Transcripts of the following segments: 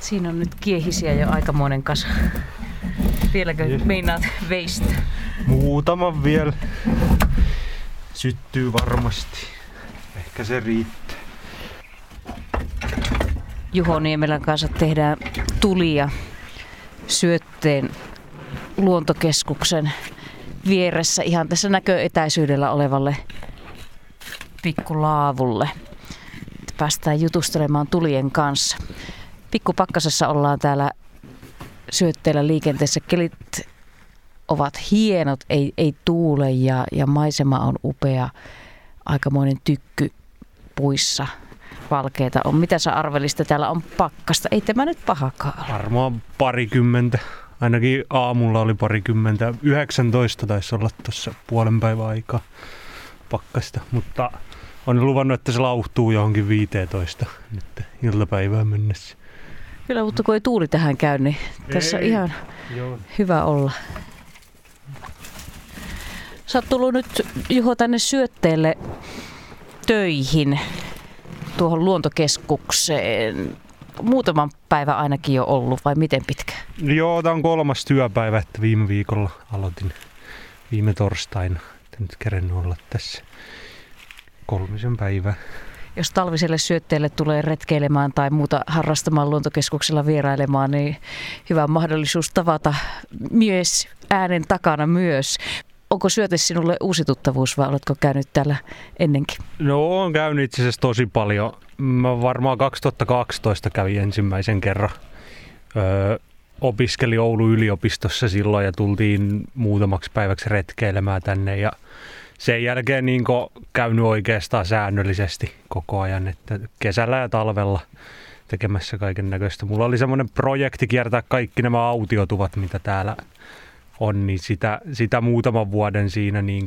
Siinä on nyt kiehisiä jo aikamoinen kasa. Vieläkö meinaat veistä? Muutaman vielä. Syttyy varmasti. Ehkä se riittää. Juho Niemelän kanssa tehdään tulia Syötteen luontokeskuksen vieressä ihan tässä näköetäisyydellä olevalle pikkulaavulle. Päästään jutustelemaan tulien kanssa. Pikkupakkasessa ollaan täällä Syötteellä liikenteessä. Kelit ovat hienot, ei tuule ja maisema on upea. Aikamoinen tykky puissa. Valkeeta on. Mitä sä arvelisit, täällä on pakkasta? Ei tämä nyt pahakaan ole. Varmaan parikymmentä. Ainakin aamulla oli parikymmentä. 19 taisi olla tuossa puolen päivän aikaa pakkasta. Mutta on luvannut, että se lauhtuu johonkin 15 nyt iltapäivään mennessä. Kyllä, mutta kun ei tuuli tähän käy, niin tässä on ihan hyvä olla. Sä oot tullut nyt, Juho, tänne Syötteelle töihin tuohon luontokeskukseen. Muutaman päivän ainakin jo ollut, vai miten pitkä? Joo, tää on 3. työpäivä, että viime viikolla aloitin viime torstaina. Nyt kerennyt olla tässä 3 päivää. Jos talviselle Syötteelle tulee retkeilemään tai muuta harrastamaan luontokeskuksella vierailemaan, niin hyvä mahdollisuus tavata mies äänen takana myös. Onko Syöte sinulle uusi tuttavuus vai oletko käynyt täällä ennenkin? No, olen käynyt itse asiassa tosi paljon. Mä varmaan 2012 kävin ensimmäisen kerran. Opiskelin Oulun yliopistossa silloin ja tultiin muutamaksi päiväksi retkeilemään tänne. Ja sen jälkeen niin käynyt oikeastaan säännöllisesti koko ajan, että kesällä ja talvella tekemässä kaiken näköistä. Mulla oli semmoinen projekti kiertää kaikki nämä autiotuvat, mitä täällä on, niin sitä muutaman vuoden siinä niin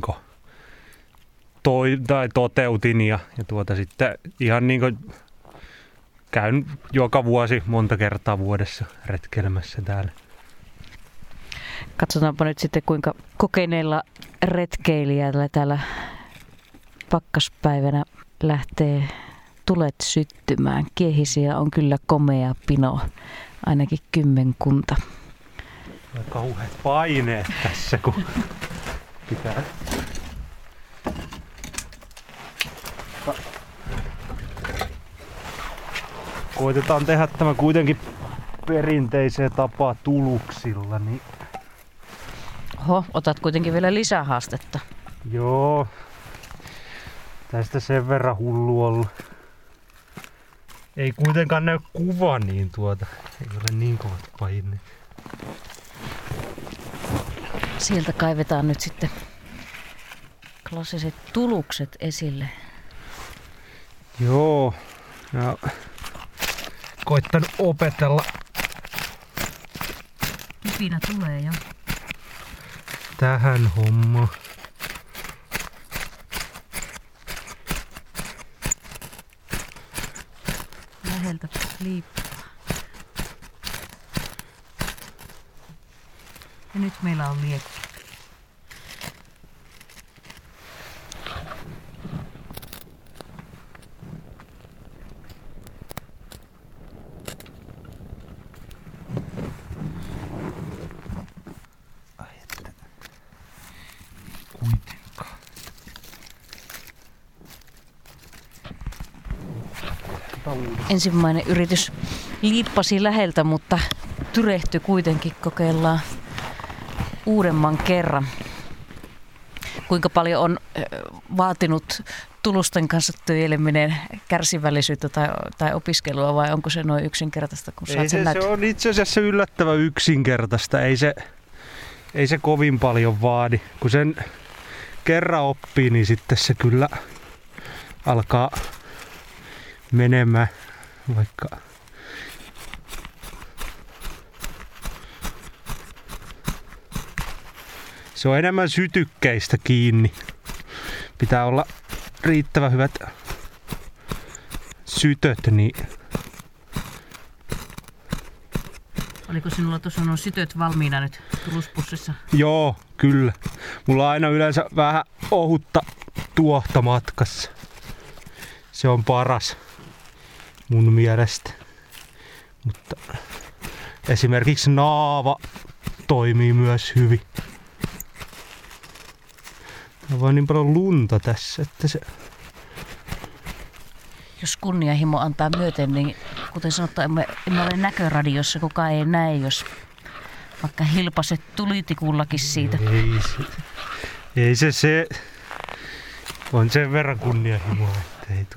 toteutin ja sitten ihan niin käyn joka vuosi monta kertaa vuodessa retkeilemässä täällä. Katsotaanpa nyt sitten, kuinka kokeneilla retkeilijällä täällä pakkaspäivänä lähtee tulet syttymään. Kiehisiä on kyllä komea pino, ainakin 10. Kauheat paineet tässä, kun pitää. Koitetaan tehdä tämä kuitenkin perinteiseen tapaan tuluksilla. Niin. Oho, otat kuitenkin vielä lisää haastetta. Joo. Tästä sen verran hullu ollut. Ei kuitenkaan näy kuva, niin ei ole niin kovat paineet. Sieltä kaivetaan nyt sitten klassiset tulukset esille. Joo. Ja koittanut opetella. Kipinä tulee jo. Tähän hommaan. Läheltä liippaa. Ja nyt meillä on liekki. Kuitenkaan. Ensimmäinen yritys liippasi läheltä, mutta tyrehtyi kuitenkin. Kokeillaan uudemman kerran. Kuinka paljon on vaatinut tulusten kanssa työeleminen kärsivällisyyttä tai opiskelua, vai onko se noin yksinkertaista, kun saat sen näyttää? Se on itse asiassa yllättävän yksinkertaista. Ei se kovin paljon vaadi. Kun sen kerran oppii, niin sitten se kyllä alkaa menemään vaikka. Se on enemmän sytykkeistä kiinni. Pitää olla riittävän hyvät sytöt, niin. Oliko sinulla tuossa nuo sytöt valmiina nyt tuluspussissa? Joo, kyllä. Mulla on aina yleensä vähän ohutta tuohta matkassa. Se on paras mun mielestä. Mutta esimerkiksi naava toimii myös hyvin. On vaan niin paljon lunta tässä, että se... Jos kunnianhimo antaa myöten, niin kuten sanottu, emme ole näköradiossa, kukaan ei näe, jos vaikka hilpaset tulitikullakin siitä. Ei se on sen verran kunnianhimoa, että ei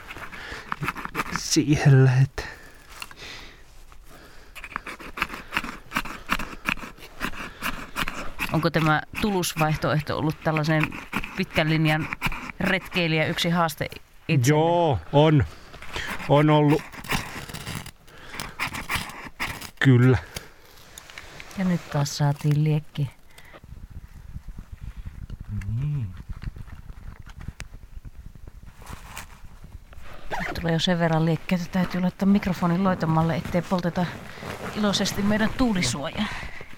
siihen lähetä. Onko tämä tulusvaihtoehto ollut tällaisen pitkän linjan retkeilijä yksi haaste itselle? Joo, on ollut. Kyllä. Ja nyt taas saatiin liekki. Tulee jo sen verran liekkiä, että täytyy laittaa mikrofonin loitamalle, ettei polteta iloisesti meidän tuulisuojaa.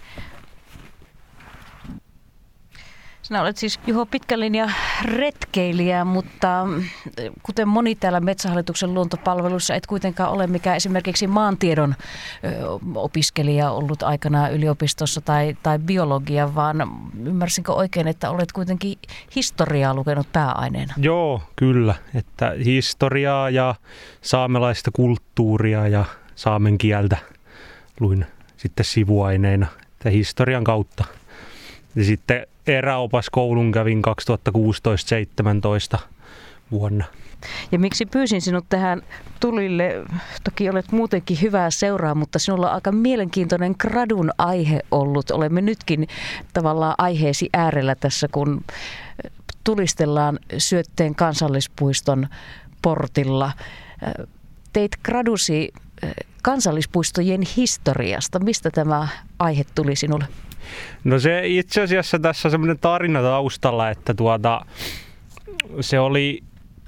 Sinä olet siis, Juho, pitkän linjan retkeilijä, mutta kuten moni täällä Metsähallituksen luontopalvelussa, et kuitenkaan ole mikään esimerkiksi maantiedon opiskelija ollut aikanaan yliopistossa tai biologia, vaan ymmärsinkö oikein, että olet kuitenkin historiaa lukenut pääaineena? Joo, kyllä. Että historiaa ja saamelaista kulttuuria ja saamen kieltä luin sitten sivuaineina historian kautta. Ja sitten eräopaskoulun kävin 2016-17 vuonna. Ja miksi pyysin sinut tähän tulille? Toki olet muutenkin hyvää seuraa, mutta sinulla on aika mielenkiintoinen gradun aihe ollut. Olemme nytkin tavallaan aiheesi äärellä tässä, kun tulistellaan Syötteen kansallispuiston portilla. Teit gradusi kansallispuistojen historiasta. Mistä tämä aihe tuli sinulle? No se itse asiassa tässä on semmoinen tarina taustalla, että se oli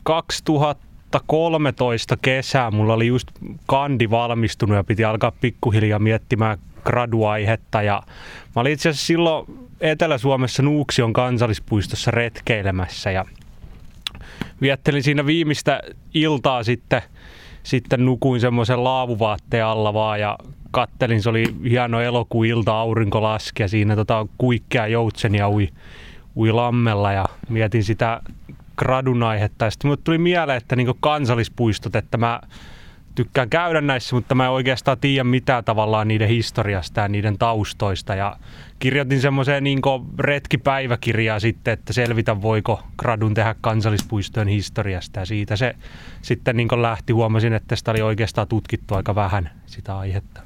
2013 kesää. Mulla oli just kandi valmistunut ja piti alkaa pikkuhiljaa miettimään graduaihetta. Ja mä olin itse asiassa silloin Etelä-Suomessa Nuuksion kansallispuistossa retkeilemässä ja viettelin siinä viimeistä iltaa sitten nukuin semmoisen laavuvaatteen alla vaan ja kattelin, se oli hieno elokuun ilta, aurinko laski ja siinä kuikkea joutsenia ui lammella ja mietin sitä gradun aihetta. Ja sitten mulle tuli mieleen, että niinku kansallispuistot, että mä tykkään käydä näissä, mutta mä en oikeastaan tiedä mitään tavallaan niiden historiasta ja niiden taustoista. Ja kirjoitin semmoiseen niinku retkipäiväkirjaa sitten, että selvitän voiko gradun tehdä kansallispuistojen historiasta. Ja siitä se sitten niinku lähti, huomasin, että sitä oli oikeastaan tutkittu aika vähän sitä aihetta.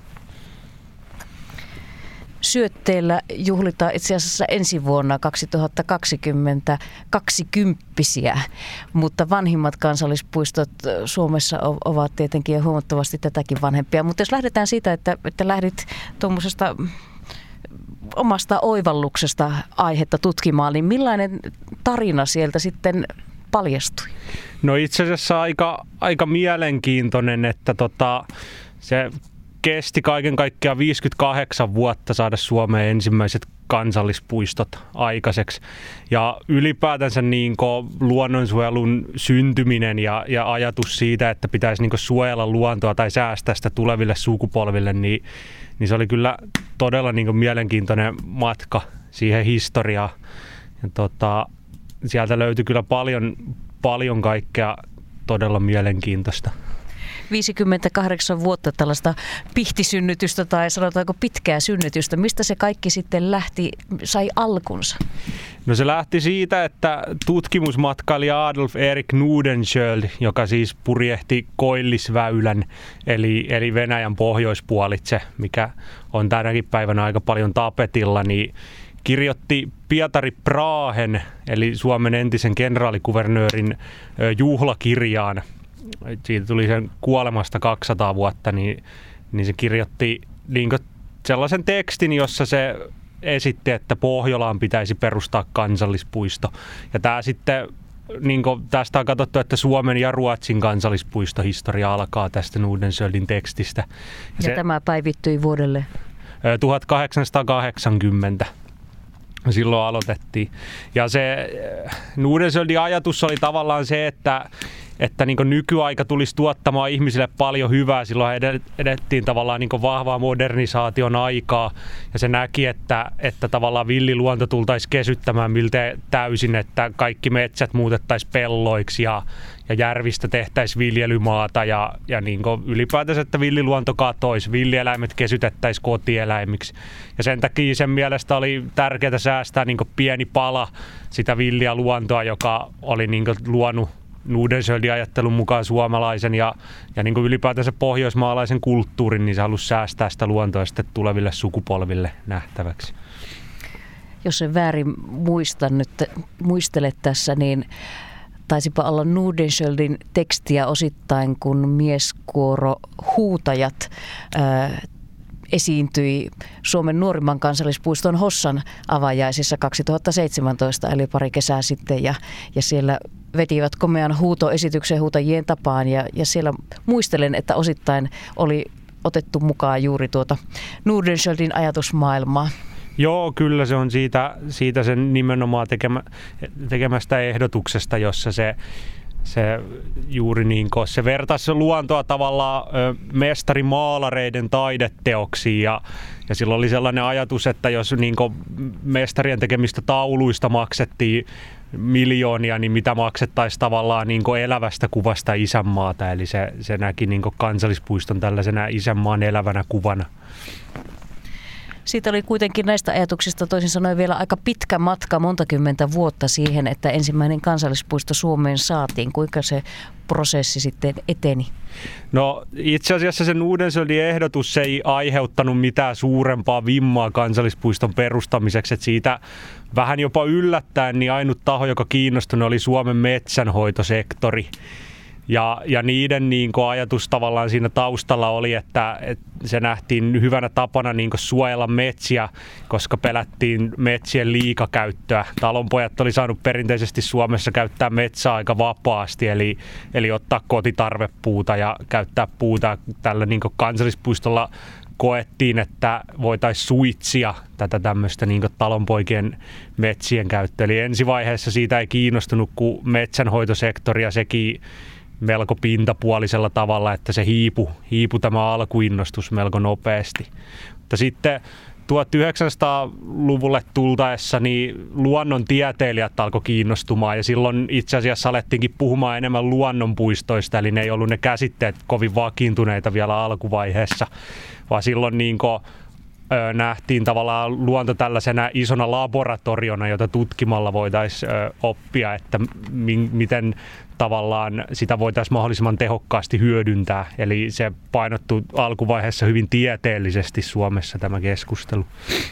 Syötteellä juhlitaan itse asiassa ensi vuonna 2020 20-kympppisiä, mutta vanhimmat kansallispuistot Suomessa ovat tietenkin jo huomattavasti tätäkin vanhempia. Mutta jos lähdetään siitä, että lähdit tuommoisesta omasta oivalluksesta aihetta tutkimaan, niin millainen tarina sieltä sitten paljastui? No itse asiassa aika mielenkiintoinen, että se kesti kaiken kaikkiaan 58 vuotta saada Suomeen ensimmäiset kansallispuistot aikaiseksi. Ja ylipäätänsä luonnonsuojelun syntyminen ja ajatus siitä, että pitäisi suojella luontoa tai säästää sitä tuleville sukupolville, niin se oli kyllä todella mielenkiintoinen matka siihen historiaan. Ja sieltä löytyi kyllä paljon kaikkea todella mielenkiintoista. 58 vuotta tällaista pihtisynnytystä tai sanotaanko pitkää synnytystä. Mistä se kaikki sitten sai alkunsa? No se lähti siitä, että tutkimusmatkailija Adolf Erik Nordenskiöld, joka siis purjehti Koillisväylän eli Venäjän pohjoispuolitse, mikä on tänäkin päivänä aika paljon tapetilla, niin kirjoitti Pietari Brahen eli Suomen entisen kenraalikuvernöörin juhlakirjaan. Siitä tuli sen kuolemasta 200 vuotta, niin se kirjoitti sellaisen tekstin, jossa se esitti, että Pohjolaan pitäisi perustaa kansallispuisto. Ja tämä sitten, tästä on katsottu, että Suomen ja Ruotsin kansallispuistohistoria alkaa tästä Nordenskjöldin tekstistä. Ja tämä päivittyi vuodelle? 1880. Silloin aloitettiin. Ja se Nordenskjöldin ajatus oli tavallaan se, että että niin kuin nykyaika tulisi tuottamaan ihmisille paljon hyvää. Silloin edettiin tavallaan niin kuin vahvaa modernisaation aikaa ja se näki, että tavallaan villiluonto tultaisi kesyttämään miltei täysin, että kaikki metsät muutettaisiin pelloiksi ja järvistä tehtäisiin viljelymaata ja niin kuin ylipäätänsä, että villiluonto katoisi, villieläimet kesytettäisiin kotieläimiksi. Ja sen takia sen mielestä oli tärkeää säästää niin kuin pieni pala sitä villiä luontoa, joka oli niin kuin luonut Nordenskiöld-ajattelun mukaan suomalaisen ja niin kuin ylipäätänsä pohjoismaalaisen kulttuurin, niin se halusi säästää sitä luontoa sitten tuleville sukupolville nähtäväksi. Jos en väärin muistele tässä, niin taisipa olla Nordenskjöldin tekstiä osittain, kun mieskuoro Huutajat esiintyi Suomen nuorimman kansallispuiston Hossan avajaisissa 2017, eli pari kesää sitten, ja siellä vetivät komean huutoesityksen huutajien tapaan, ja siellä muistelen, että osittain oli otettu mukaan juuri tuota Nordenskjöldin ajatusmaailmaa. Joo, kyllä se on siitä sen nimenomaan tekemästä ehdotuksesta, jossa se juuri niin kuin se vertaisi luontoa tavallaan mestarimaalareiden taideteoksiin ja silloin oli sellainen ajatus, että jos niin kuin mestarien tekemistä tauluista maksettiin miljoonia, niin mitä maksettaisiin tavallaan niin kuin elävästä kuvasta isänmaata, eli se näki niin kuin kansallispuiston tällaisena isänmaan elävänä kuvana. Siitä oli kuitenkin näistä ajatuksista toisin sanoen vielä aika pitkä matka, monta kymmentä vuotta siihen, että ensimmäinen kansallispuisto Suomeen saatiin. Kuinka se prosessi sitten eteni? No itse asiassa se Nordenskjöldin ehdotus ei aiheuttanut mitään suurempaa vimmaa kansallispuiston perustamiseksi. Että siitä vähän jopa yllättäen niin ainut taho, joka kiinnostunut, oli Suomen metsänhoitosektori. Ja niiden niin kuin ajatus tavallaan siinä taustalla oli, että se nähtiin hyvänä tapana niin kuin suojella metsiä, koska pelättiin metsien liikakäyttöä. Talonpojat oli saanut perinteisesti Suomessa käyttää metsää aika vapaasti, eli ottaa kotitarvepuuta ja käyttää puuta. Tällä niin kuin kansallispuistolla koettiin, että voitaisiin suitsia tätä tämmöistä niin kuin talonpoikien metsien käyttöä. Eli ensivaiheessa siitä ei kiinnostunut kuin metsänhoitosektori ja sekin melko pintapuolisella tavalla, että se hiipui tämä alkuinnostus melko nopeasti. Mutta sitten 1900-luvulle tultaessa niin luonnontieteilijät alkoi kiinnostumaan ja silloin itse asiassa alettiinkin puhumaan enemmän luonnonpuistoista, eli ne ei ollut ne käsitteet kovin vakiintuneita vielä alkuvaiheessa, vaan silloin niin kuin nähtiin tavallaan luonto tällaisena isona laboratoriona, jota tutkimalla voitaisiin oppia, että miten tavallaan sitä voitaisiin mahdollisimman tehokkaasti hyödyntää. Eli se painottui alkuvaiheessa hyvin tieteellisesti Suomessa tämä keskustelu.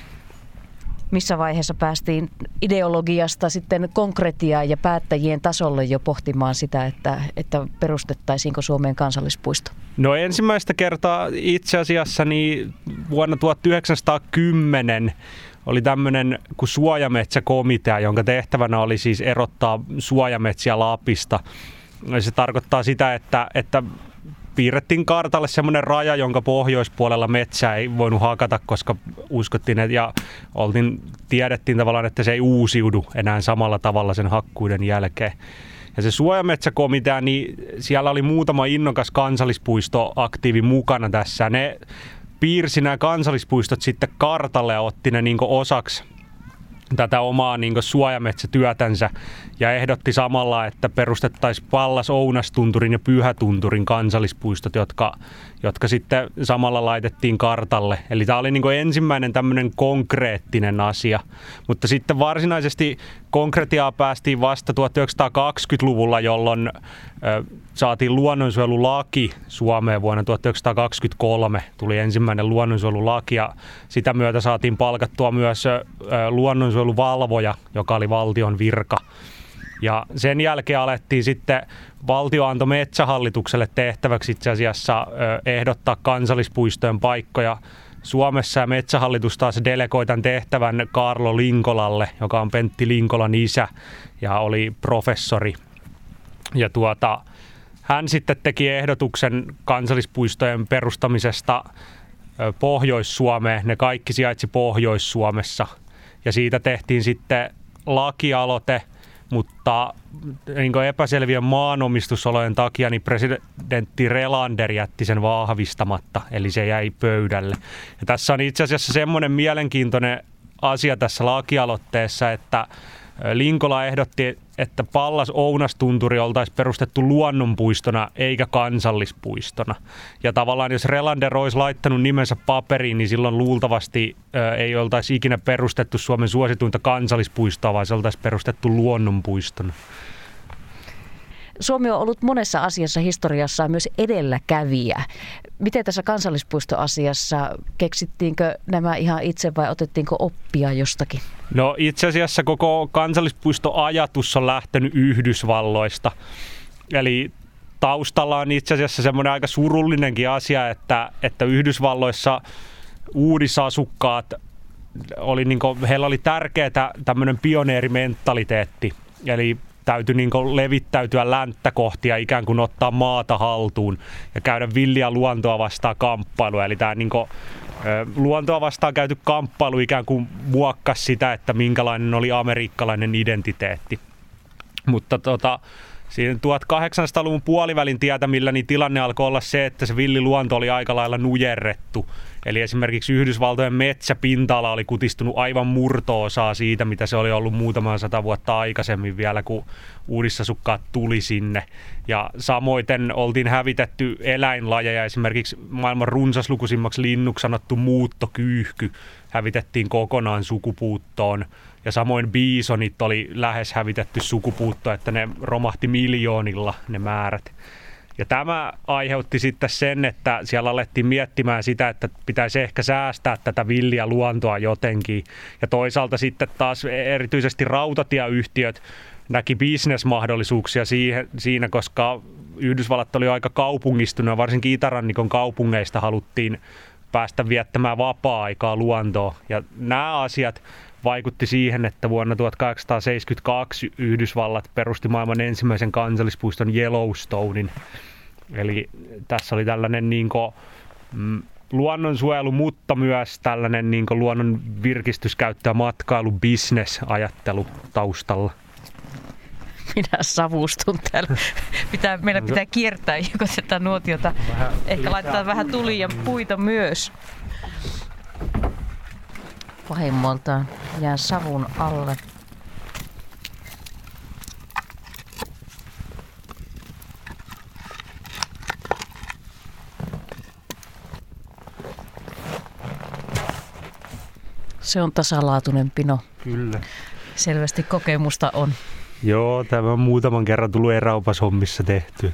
Missä vaiheessa päästiin ideologiasta sitten konkretiaan ja päättäjien tasolle jo pohtimaan sitä, että perustettaisiinko Suomeen kansallispuisto? No ensimmäistä kertaa itse asiassa niin vuonna 1910 oli tämmöinen kuin suojametsäkomitea, jonka tehtävänä oli siis erottaa suojametsiä Lapista. Se tarkoittaa sitä, että piirrettiin kartalle semmoinen raja, jonka pohjoispuolella metsää ei voinut hakata, koska uskottiin ja tiedettiin tavallaan, että se ei uusiudu enää samalla tavalla sen hakkuiden jälkeen. Ja se suojametsäkomitea, niin siellä oli muutama innokas kansallispuistoaktiivi mukana tässä. Ne piirsi nämä kansallispuistot sitten kartalle ja otti ne niin kuin osaksi tätä omaa niin kuin suojametsätyötänsä ja ehdotti samalla, että perustettaisiin Pallas Ounastunturin ja Pyhätunturin kansallispuistot, jotka sitten samalla laitettiin kartalle. Eli tämä oli niin kuin ensimmäinen tämmöinen konkreettinen asia, mutta sitten varsinaisesti konkretiaa päästiin vasta 1920-luvulla, jolloin saatiin luonnonsuojelulaki Suomeen vuonna 1923. Tuli ensimmäinen luonnonsuojelulaki ja sitä myötä saatiin palkattua myös luonnonsuojeluvalvoja, joka oli valtion virka. Ja sen jälkeen alettiin sitten, valtio antoi Metsähallitukselle tehtäväksi itse asiassa ehdottaa kansallispuistojen paikkoja Suomessa ja Metsähallitus taas delegoi tämän tehtävän Kaarlo Linkolalle, joka on Pentti Linkolan isä ja oli professori. Ja hän sitten teki ehdotuksen kansallispuistojen perustamisesta Pohjois-Suomeen. Ne kaikki sijaitsi Pohjois-Suomessa ja siitä tehtiin sitten lakialoite mutta niin epäselvien maanomistusolojen takia niin presidentti Relander jätti sen vahvistamatta, eli se jäi pöydälle. Ja tässä on itse asiassa semmoinen mielenkiintoinen asia tässä lakialoitteessa, että Linkola ehdotti, että Pallas-Ounastunturi oltaisiin perustettu luonnonpuistona eikä kansallispuistona. Ja tavallaan jos Relander olisi laittanut nimensä paperiin, niin silloin luultavasti ei oltaisi ikinä perustettu Suomen suosituinta kansallispuistoa, vaan se oltaisiin perustettu luonnonpuistona. Suomi on ollut monessa asiassa historiassaan myös edelläkävijä. Miten tässä kansallispuistoasiassa, keksittiinkö nämä ihan itse vai otettiinko oppia jostakin? No itse asiassa koko kansallispuistoajatus on lähtenyt Yhdysvalloista. Eli taustalla on itse asiassa semmoinen aika surullinenkin asia, että Yhdysvalloissa uudisasukkaat heillä oli tärkeää tämmöinen pioneerimentaliteetti. Eli täytyi levittäytyä länttä kohti ja ikään kuin ottaa maata haltuun ja käydä villiä luontoa vastaan kamppailua. Eli tämä luontoa vastaan käyty kamppailu ikään kuin muokkasi sitä, että minkälainen oli amerikkalainen identiteetti. Mutta siinä 1800-luvun puolivälin tietämillä niin tilanne alkoi olla se, että se villiluonto oli aika lailla nujerrettu. Eli esimerkiksi Yhdysvaltojen metsäpinta-ala oli kutistunut aivan murto-osaa siitä, mitä se oli ollut muutaman 100 vuotta aikaisemmin vielä, kun uudisasukkaat tuli sinne. Ja samoiten oltiin hävitetty eläinlajeja, esimerkiksi maailman runsaslukuisimmaksi linnuksi sanottu muuttokyyhky hävitettiin kokonaan sukupuuttoon. Ja samoin biisonit oli lähes hävitetty sukupuuttoon, että ne romahti miljoonilla ne määrät. Ja tämä aiheutti sitten sen, että siellä alettiin miettimään sitä, että pitäisi ehkä säästää tätä villiä luontoa jotenkin. Ja toisaalta sitten taas erityisesti rautatieyhtiöt näki bisnesmahdollisuuksia siinä, koska Yhdysvallat oli aika kaupungistunut ja varsinkin Itärannikon kaupungeista haluttiin päästä viettämään vapaa-aikaa luontoon. Ja nämä asiat vaikutti siihen, että vuonna 1872 Yhdysvallat perusti maailman ensimmäisen kansallispuiston Yellowstonein. Eli tässä oli tällainen luonnonsuojelu, mutta myös tällainen luonnon virkistyskäyttö- ja matkailu-business-ajattelu taustalla. Minä savustun täällä. Meidän pitää kiertää joko tätä nuotiota. Ehkä laittaa vähän tulia ja puita myös. Pahimmiltaan jään savun alle. Se on tasalaatuinen pino. Kyllä. Selvästi kokemusta on. Joo, tämä on muutaman kerran tullut eräopashommissa tehty.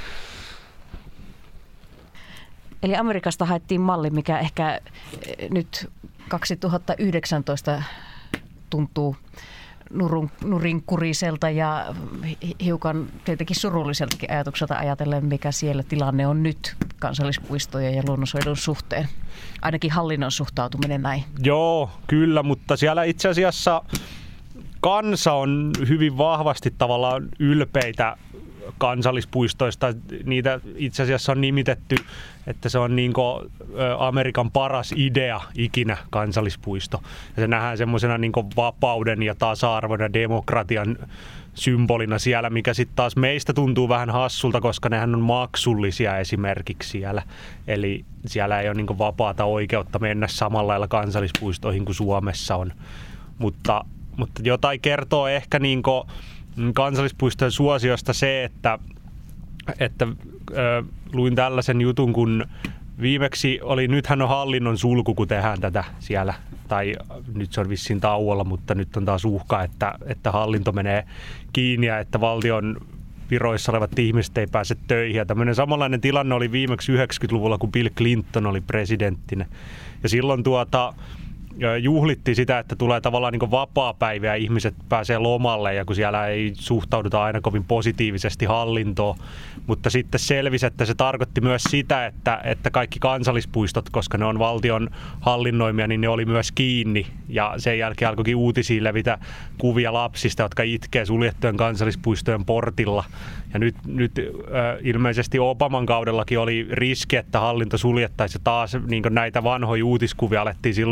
Eli Amerikasta haettiin malli, mikä ehkä nyt 2019 tuntuu nurinkuriselta ja hiukan tietenkin surulliseltakin ajatukselta ajatellen, mikä siellä tilanne on nyt kansallispuistojen ja luonnonsuojelun suhteen. Ainakin hallinnon suhtautuminen näin. Joo, kyllä, mutta siellä itse asiassa kansa on hyvin vahvasti tavallaan ylpeitä kansallispuistoista. Niitä itse asiassa on nimitetty, että se on Amerikan paras idea ikinä kansallispuisto. Ja se nähdään semmoisena vapauden ja tasa-arvon ja demokratian symbolina siellä, mikä sitten taas meistä tuntuu vähän hassulta, koska nehän on maksullisia esimerkiksi siellä. Eli siellä ei ole vapaata oikeutta mennä samalla lailla kansallispuistoihin kuin Suomessa on. Mutta jotain kertoo ehkä kansallispuistojen suosiosta se, että luin tällaisen jutun, kun viimeksi nythän on hallinnon sulku, kun tehdään tätä siellä, tai nyt se on vissiin tauolla, mutta nyt on taas uhka, että hallinto menee kiinni ja että valtion viroissa olevat ihmiset ei pääse töihin. Ja tämmöinen samanlainen tilanne oli viimeksi 90-luvulla, kun Bill Clinton oli presidenttinä. Ja silloin juhlittiin sitä, että tulee tavallaan vapaapäivä ja ihmiset pääsee lomalle ja kun siellä ei suhtauduta aina kovin positiivisesti hallintoon. Mutta sitten selvisi, että se tarkoitti myös sitä, että kaikki kansallispuistot, koska ne on valtion hallinnoimia, niin ne oli myös kiinni. Ja sen jälkeen alkoikin uutisiin levitä kuvia lapsista, jotka itkee suljettujen kansallispuistojen portilla. Ja nyt ilmeisesti Obaman kaudellakin oli riski, että hallinto suljettaisiin taas näitä vanhoja uutiskuvia alettiin silloin rummuttaa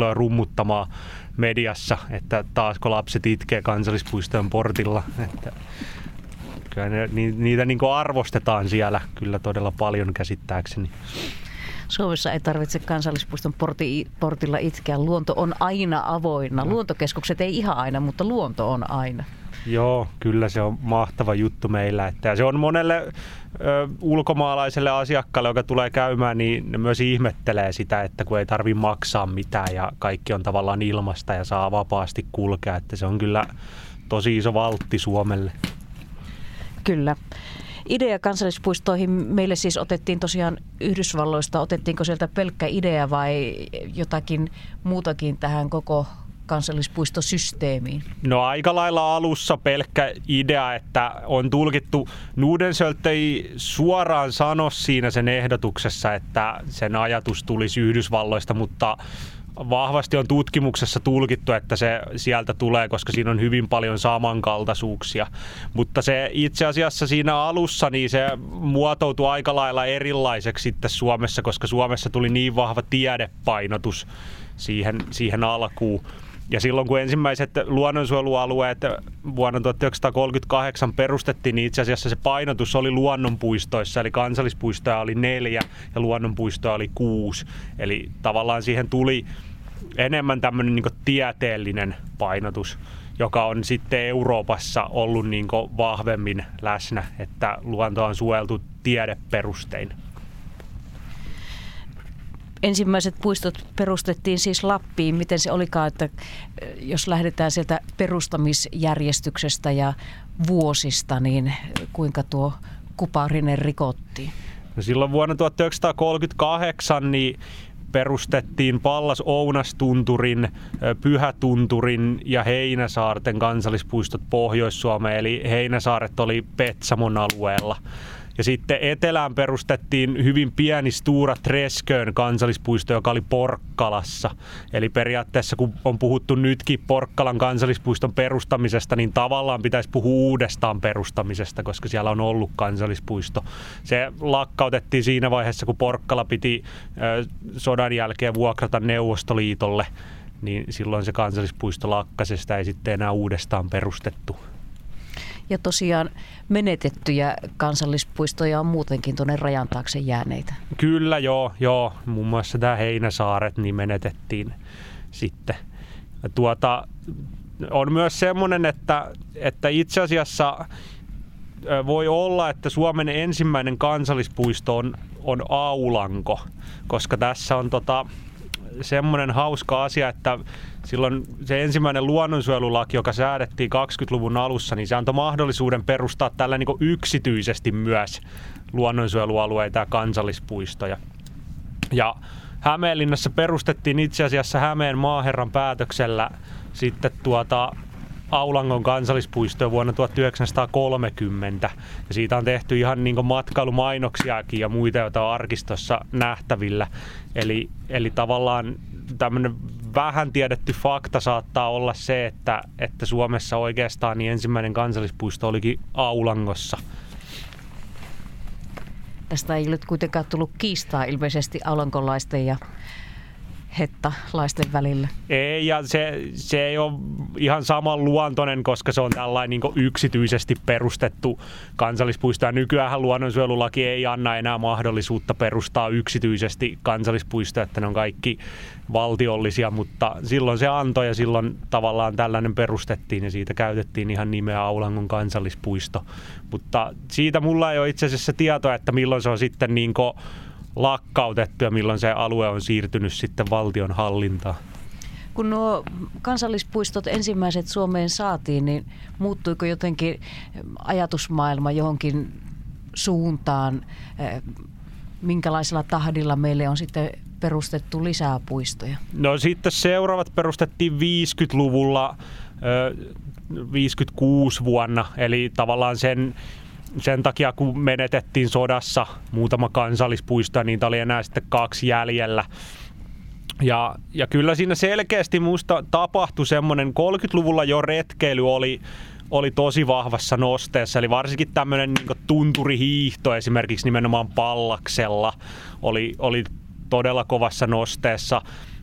hehkuttamaan mediassa, että taasko lapset itkee kansallispuistojen portilla. Että kyllä niitä niin kuin arvostetaan siellä kyllä todella paljon käsittääkseni. Suomessa ei tarvitse kansallispuiston portilla itkeä. Luonto on aina avoinna. Luontokeskukset ei ihan aina, mutta luonto on aina. Joo, kyllä se on mahtava juttu meillä. Että se on monelle ulkomaalaiselle asiakkaalle, joka tulee käymään, niin ne myös ihmettelee sitä, että kun ei tarvitse maksaa mitään ja kaikki on tavallaan ilmasta ja saa vapaasti kulkea. Että se on kyllä tosi iso valtti Suomelle. Kyllä. Idea kansallispuistoihin meille siis otettiin tosiaan Yhdysvalloista. Otettiinko sieltä pelkkä idea vai jotakin muutakin tähän koko kansallispuistosysteemiin? No aika lailla alussa pelkkä idea, että on tulkittu. Nordenskiöld ei suoraan sano siinä sen ehdotuksessa, että sen ajatus tulisi Yhdysvalloista, mutta vahvasti on tutkimuksessa tulkittu, että se sieltä tulee, koska siinä on hyvin paljon samankaltaisuuksia. Mutta se itse asiassa siinä alussa niin se muotoutui aika lailla erilaiseksi sitten Suomessa, koska Suomessa tuli niin vahva tiedepainotus siihen alkuun. Ja silloin kun ensimmäiset luonnonsuojelualueet vuonna 1938 perustettiin, niin itse asiassa se painotus oli luonnonpuistoissa, eli kansallispuistoja oli 4 ja luonnonpuistoja oli 6. Eli tavallaan siihen tuli enemmän tämmöinen niin kuin tieteellinen painotus, joka on sitten Euroopassa ollut niin kuin vahvemmin läsnä, että luontoa on suojeltu tiedeperustein. Ensimmäiset puistot perustettiin siis Lappiin. Miten se olikaan, että jos lähdetään sieltä perustamisjärjestyksestä ja vuosista, niin kuinka tuo kuparinen rikottiin? No silloin vuonna 1938 niin perustettiin Pallas-Ounastunturin, Pyhätunturin ja Heinäsaarten kansallispuistot Pohjois-Suomeen, eli Heinäsaaret oli Petsamon alueella. Ja sitten etelään perustettiin hyvin pieni Stora Träskön kansallispuisto, joka oli Porkkalassa. Eli periaatteessa kun on puhuttu nytkin Porkkalan kansallispuiston perustamisesta, niin tavallaan pitäisi puhua uudestaan perustamisesta, koska siellä on ollut kansallispuisto. Se lakkautettiin siinä vaiheessa, kun Porkkala piti sodan jälkeen vuokrata Neuvostoliitolle, niin silloin se kansallispuisto lakkasi, sitä ei sitten enää uudestaan perustettu. Ja tosiaan menetettyjä kansallispuistoja on muutenkin tuonne rajan taakse jääneitä. Kyllä, joo. Muun muassa tämä Heinäsaaret niin menetettiin sitten. On myös semmoinen, että itse asiassa voi olla, että Suomen ensimmäinen kansallispuisto on Aulanko, koska tässä on semmoinen hauska asia, että silloin se ensimmäinen luonnonsuojelulaki, joka säädettiin 20-luvun alussa, niin se antoi mahdollisuuden perustaa tällä niin kuin yksityisesti myös luonnonsuojelualueita ja kansallispuistoja. Ja Hämeenlinnassa perustettiin itse asiassa Hämeen maaherran päätöksellä sitten Aulangon kansallispuistoa vuonna 1930. Ja siitä on tehty ihan niin kuin matkailumainoksiakin ja muita, joita on arkistossa nähtävillä. Eli tavallaan tämmöinen vähän tiedetty fakta saattaa olla se, että Suomessa oikeastaan niin ensimmäinen kansallispuisto olikin Aulangossa. Tästä ei ole kuitenkaan tullut kiistaa ilmeisesti aulankolaisten ja hettalaisten välillä. Ei, ja se ei ole ihan saman luontoinen, koska se on tällainen niin kuin yksityisesti perustettu kansallispuisto. Ja nykyään luonnonsuojelulaki ei anna enää mahdollisuutta perustaa yksityisesti kansallispuistoja, että ne on kaikki valtiollisia, mutta silloin se antoi ja silloin tavallaan tällainen perustettiin ja siitä käytettiin ihan nimeä Aulangon kansallispuisto. Mutta siitä mulla ei ole itse asiassa tietoa, että milloin se on sitten niin kuin lakkautettu ja milloin se alue on siirtynyt sitten valtion hallintaan. Kun nuo kansallispuistot ensimmäiset Suomeen saatiin, niin muuttuiko jotenkin ajatusmaailma johonkin suuntaan? Minkälaisella tahdilla meille on sitten perustettu lisää puistoja? No sitten seuraavat perustettiin 50-luvulla, 56 vuonna, eli tavallaan sen takia, kun menetettiin sodassa muutama kansallispuisto, niitä oli enää sitten 2 jäljellä. Ja kyllä siinä selkeästi musta tapahtui semmoinen, 30-luvulla jo retkeily oli tosi vahvassa nosteessa, eli varsinkin tämmöinen niin kuin tunturihiihto esimerkiksi nimenomaan Pallaksella oli todella kovassa nosteessa.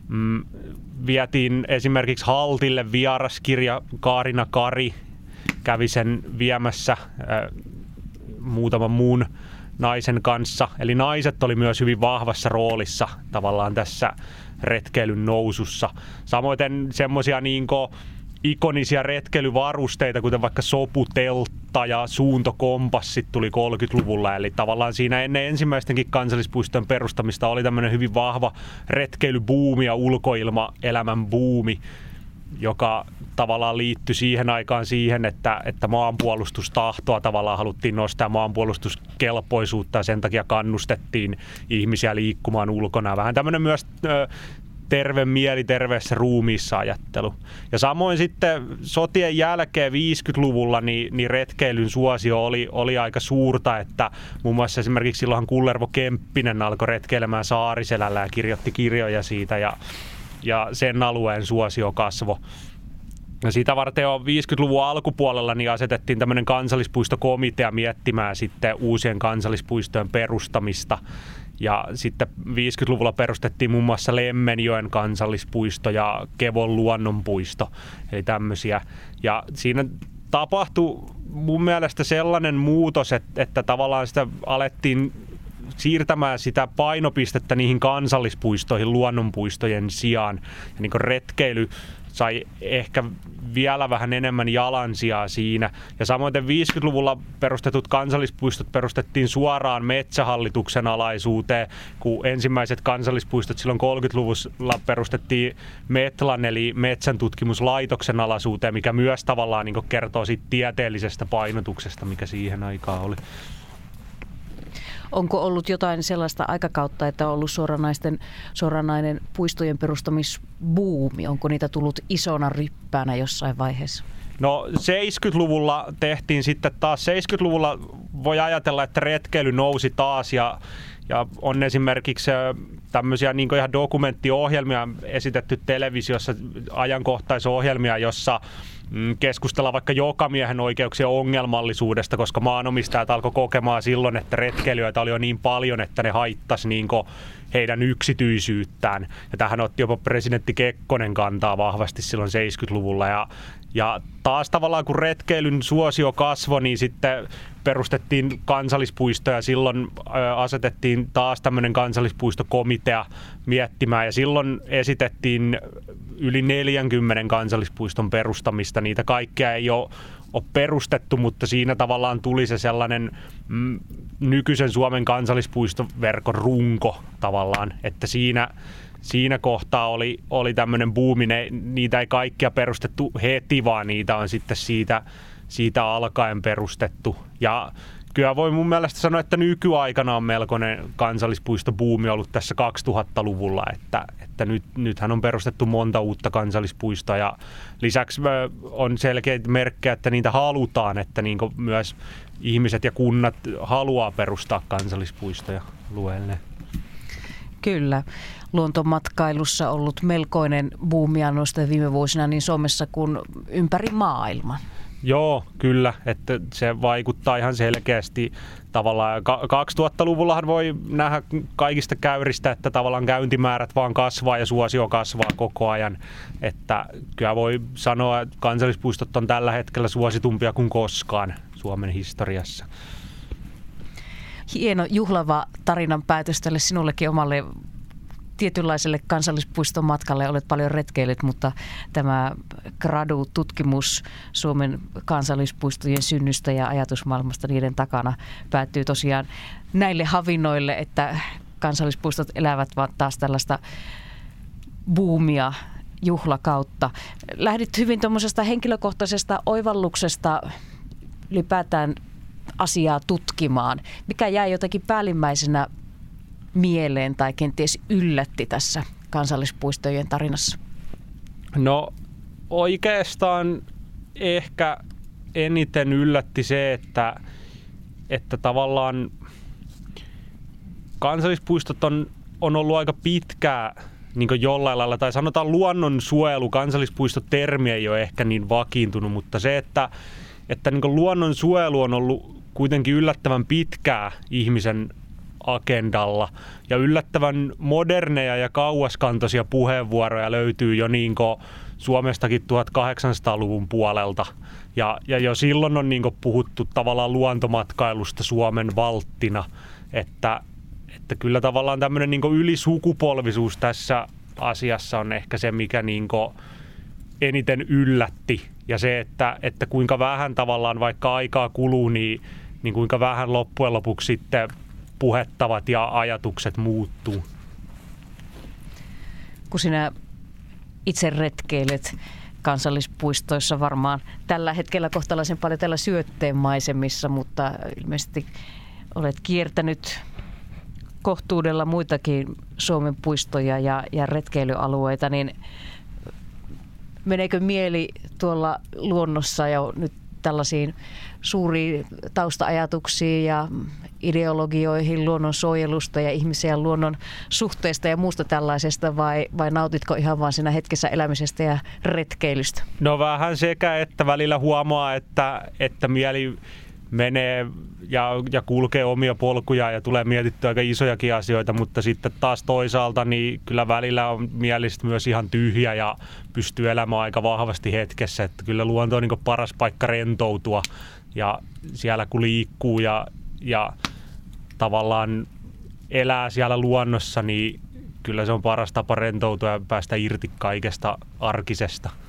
Vietiin esimerkiksi Haltille vieraskirja, Kaarina Kari kävi sen viemässä muutaman muun naisen kanssa. Eli naiset oli myös hyvin vahvassa roolissa tavallaan tässä retkeilyn nousussa. Samoin semmoisia ikonisia retkeilyvarusteita, kuten vaikka soputeltta ja suuntokompassit tuli 30-luvulla. Eli tavallaan siinä ennen ensimmäistenkin kansallispuistojen perustamista oli tämmöinen hyvin vahva retkeilybuumi ja ulkoilmaelämän buumi, joka tavallaan liittyi siihen aikaan siihen, että maanpuolustustahtoa tavallaan haluttiin nostaa, maanpuolustuskelpoisuutta, ja sen takia kannustettiin ihmisiä liikkumaan ulkona. Vähän tämmöinen myös terve mieli terveessä ruumiissa ajattelu. Ja samoin sitten sotien jälkeen 50-luvulla niin retkeilyn suosio oli aika suurta, että muun muassa esimerkiksi silloinhan Kullervo Kemppinen alkoi retkeilemään Saariselällä ja kirjoitti kirjoja siitä ja sen alueen suosio kasvoi. Ja sitä varten jo 50-luvun alkupuolella niin asetettiin tämmöinen kansallispuistokomitea miettimään sitten uusien kansallispuistojen perustamista. Ja sitten 50-luvulla perustettiin muun muassa Lemmenjoen kansallispuisto ja Kevon luonnonpuisto, eli tämmöisiä. Ja siinä tapahtui mun mielestä sellainen muutos, että tavallaan sitä alettiin siirtämään sitä painopistettä niihin kansallispuistoihin luonnonpuistojen sijaan. Ja niin kuin retkeily sai ehkä vielä vähän enemmän jalansijaa siinä. Ja samoin 50-luvulla perustetut kansallispuistot perustettiin suoraan Metsähallituksen alaisuuteen, kun ensimmäiset kansallispuistot silloin 30-luvulla perustettiin Metlan eli Metsäntutkimuslaitoksen alaisuuteen, mikä myös tavallaan niin kuin kertoo siitä tieteellisestä painotuksesta, mikä siihen aikaan oli. Onko ollut jotain sellaista aikakautta, että on ollut suoranainen puistojen perustamisbuumi? Onko niitä tullut isona ryppäänä jossain vaiheessa? No 70-luvulla tehtiin sitten taas, 70-luvulla voi ajatella, että retkeily nousi taas ja on esimerkiksi tämmöisiä niin kuin ihan dokumenttiohjelmia esitetty televisiossa, ajankohtaisohjelmia, jossa keskustellaan vaikka jokamiehen oikeuksien ongelmallisuudesta, koska maanomistajat alkoi kokemaan silloin, että retkeilijöitä oli jo niin paljon, että ne haittasi niin kuin heidän yksityisyyttään. Ja tähän otti jopa presidentti Kekkonen kantaa vahvasti silloin 70-luvulla. Ja taas tavallaan kun retkeilyn suosio kasvoi, niin sitten perustettiin kansallispuisto ja silloin asetettiin taas tämmöinen kansallispuistokomitea miettimään. Ja silloin esitettiin yli 40 kansallispuiston perustamista. Niitä kaikkia ei ole perustettu, mutta siinä tavallaan tuli se sellainen nykyisen Suomen kansallispuistoverkon runko tavallaan, että siinä kohtaa oli tämmöinen buumi. Niitä ei kaikkia perustettu heti, vaan niitä on sitten siitä alkaen perustettu. Ja kyllä voi mun mielestä sanoa, että nykyaikana on melkoinen kansallispuistobuumi ollut tässä 2000-luvulla, että nythän on perustettu monta uutta kansallispuistoa ja lisäksi on selkeitä merkkejä, että niitä halutaan, että niin kuin myös ihmiset ja kunnat haluaa perustaa kansallispuistoja alueelle. Kyllä. Luontomatkailussa ollut melkoinen buumia noista viime vuosina niin Suomessa kuin ympäri maailman. Joo, kyllä, että se vaikuttaa ihan selkeästi tavallaan. 2000-luvullahan voi nähdä kaikista käyristä, että tavallaan käyntimäärät vaan kasvaa ja suosio kasvaa koko ajan. Että kyllä voi sanoa, että kansallispuistot on tällä hetkellä suositumpia kuin koskaan Suomen historiassa. Hieno juhlava tarinan päätös tälle sinullekin omalle tietynlaiselle kansallispuiston matkalle. Olet paljon retkeillyt, mutta tämä Gradu-tutkimus Suomen kansallispuistojen synnystä ja ajatusmaailmasta niiden takana päättyy tosiaan näille havinnoille, että kansallispuistot elävät vaan taas tällaista buumia juhlakautta. Lähdit hyvin tuommoisesta henkilökohtaisesta oivalluksesta ylipäätään asiaa tutkimaan. Mikä jäi jotenkin päällimmäisenä mieleen tai kenties yllätti tässä kansallispuistojen tarinassa? No oikeastaan ehkä eniten yllätti se, että tavallaan kansallispuistot on ollut aika pitkään niin kuin jollain lailla, tai sanotaan luonnonsuojelu, kansallispuistotermi ei ole ehkä niin vakiintunut, mutta se, että niin kuin luonnonsuojelu on ollut kuitenkin yllättävän pitkää ihmisen agendalla. Ja yllättävän moderneja ja kauaskantoisia puheenvuoroja löytyy jo Suomestakin 1800-luvun puolelta. Ja jo silloin on puhuttu tavallaan luontomatkailusta Suomen valttina, että kyllä tavallaan tämmöinen ylisukupolvisuus tässä asiassa on ehkä se, mikä eniten yllätti. Ja se, että kuinka vähän tavallaan vaikka aikaa kuluu, niin kuinka vähän loppujen lopuksi sitten puhettavat ja ajatukset muuttuu. Kun sinä itse retkeilet kansallispuistoissa varmaan tällä hetkellä kohtalaisen paljon täällä Syötteen maisemissa, mutta ilmeisesti olet kiertänyt kohtuudella muitakin Suomen puistoja ja retkeilyalueita, niin meneekö mieli tuolla luonnossa ja nyt tällaisiin suuriin tausta-ajatuksiin ja ideologioihin luonnonsuojelusta ja ihmisen ja luonnon suhteesta ja muusta tällaisesta vai nautitko ihan vaan siinä hetkessä elämisestä ja retkeilystä? No vähän sekä, että välillä huomaa, että mieli menee ja kulkee omia polkuja ja tulee mietittyä aika isojakin asioita, mutta sitten taas toisaalta niin kyllä välillä on mielistä myös ihan tyhjä ja pystyy elämään aika vahvasti hetkessä, että kyllä luonto on paras paikka rentoutua ja siellä kun liikkuu ja tavallaan elää siellä luonnossa, niin kyllä se on paras tapa rentoutua ja päästä irti kaikesta arkisesta.